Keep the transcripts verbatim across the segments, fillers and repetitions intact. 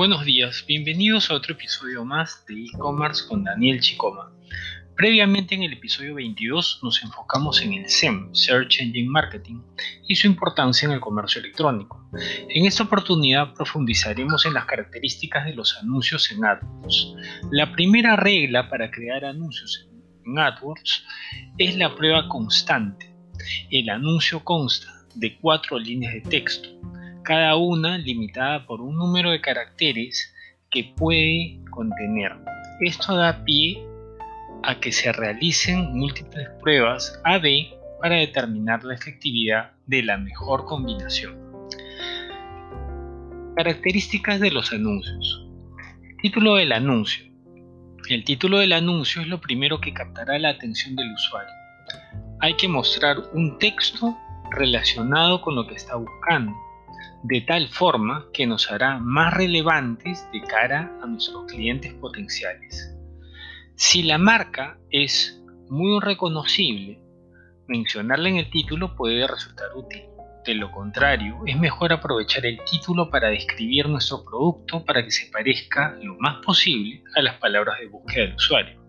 Buenos días, bienvenidos a otro episodio más de e-commerce con Daniel Chicoma. Previamente en el episodio veintidós nos enfocamos en el S E M, Search Engine Marketing, y su importancia en el comercio electrónico. En esta oportunidad profundizaremos en las características de los anuncios en AdWords. La primera regla para crear anuncios en AdWords es la prueba constante. El anuncio consta de cuatro líneas de texto, cada una limitada por un número de caracteres que puede contener. Esto da pie a que se realicen múltiples pruebas A B para determinar la efectividad de la mejor combinación. Características de los anuncios. Título del anuncio. El título del anuncio es lo primero que captará la atención del usuario. Hay que mostrar un texto relacionado con lo que está buscando, de tal forma que nos hará más relevantes de cara a nuestros clientes potenciales. Si la marca es muy reconocible, mencionarla en el título puede resultar útil. De lo contrario, es mejor aprovechar el título para describir nuestro producto para que se parezca lo más posible a las palabras de búsqueda del usuario.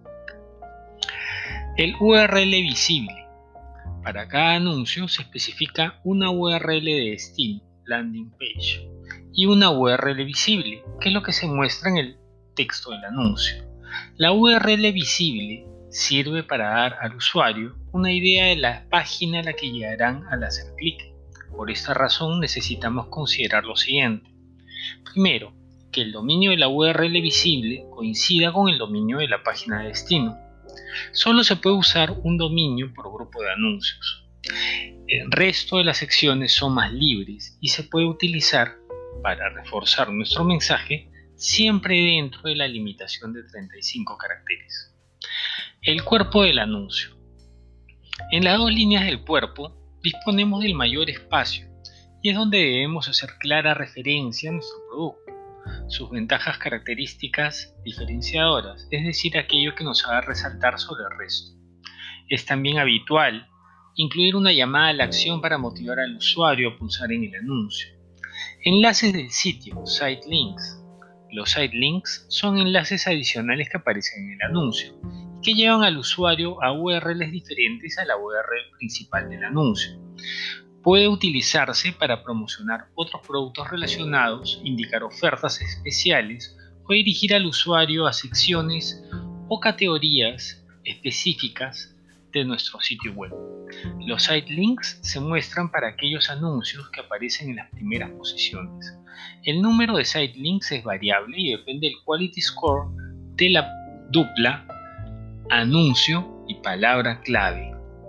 El U R L visible. Para cada anuncio se especifica una U R L de destino, landing page, y una U R L visible, que es lo que se muestra en el texto del anuncio. La U R L visible sirve para dar al usuario una idea de la página a la que llegarán al hacer clic. Por esta razón necesitamos considerar lo siguiente. Primero, que el dominio de la U R L visible coincida con el dominio de la página de destino. Solo se puede usar un dominio por grupo de anuncios. El resto de las secciones son más libres y se puede utilizar para reforzar nuestro mensaje siempre dentro de la limitación de treinta y cinco caracteres. El cuerpo del anuncio. En las dos líneas del cuerpo disponemos del mayor espacio y es donde debemos hacer clara referencia a nuestro producto, sus ventajas características diferenciadoras, es decir, aquello que nos haga resaltar sobre el resto. Es también habitual incluir una llamada a la acción para motivar al usuario a pulsar en el anuncio. Enlaces del sitio, site links. Los site links son enlaces adicionales que aparecen en el anuncio y que llevan al usuario a U R Ls diferentes a la U R L principal del anuncio. Puede utilizarse para promocionar otros productos relacionados, indicar ofertas especiales o dirigir al usuario a secciones o categorías específicas de nuestro sitio web. Los site links se muestran para aquellos anuncios que aparecen en las primeras posiciones. El número de site links es variable y depende del quality score de la dupla anuncio y palabra clave.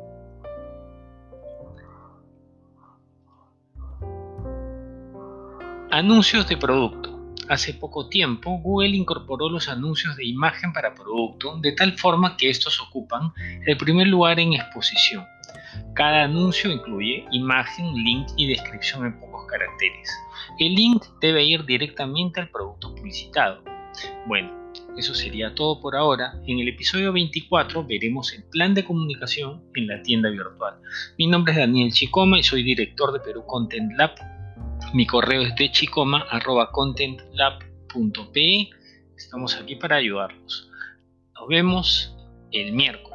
Anuncios de producto. Hace poco tiempo, Google incorporó los anuncios de imagen para producto de tal forma que estos ocupan el primer lugar en exposición. Cada anuncio incluye imagen, link y descripción en pocos caracteres. El link debe ir directamente al producto publicitado. Bueno, eso sería todo por ahora. En el episodio veinticuatro veremos el plan de comunicación en la tienda virtual. Mi nombre es Daniel Chicoma y soy director de Perú Content Lab. Mi correo es de chicoma arroba contentlab punto pe. Estamos aquí para ayudarlos. Nos vemos el miércoles.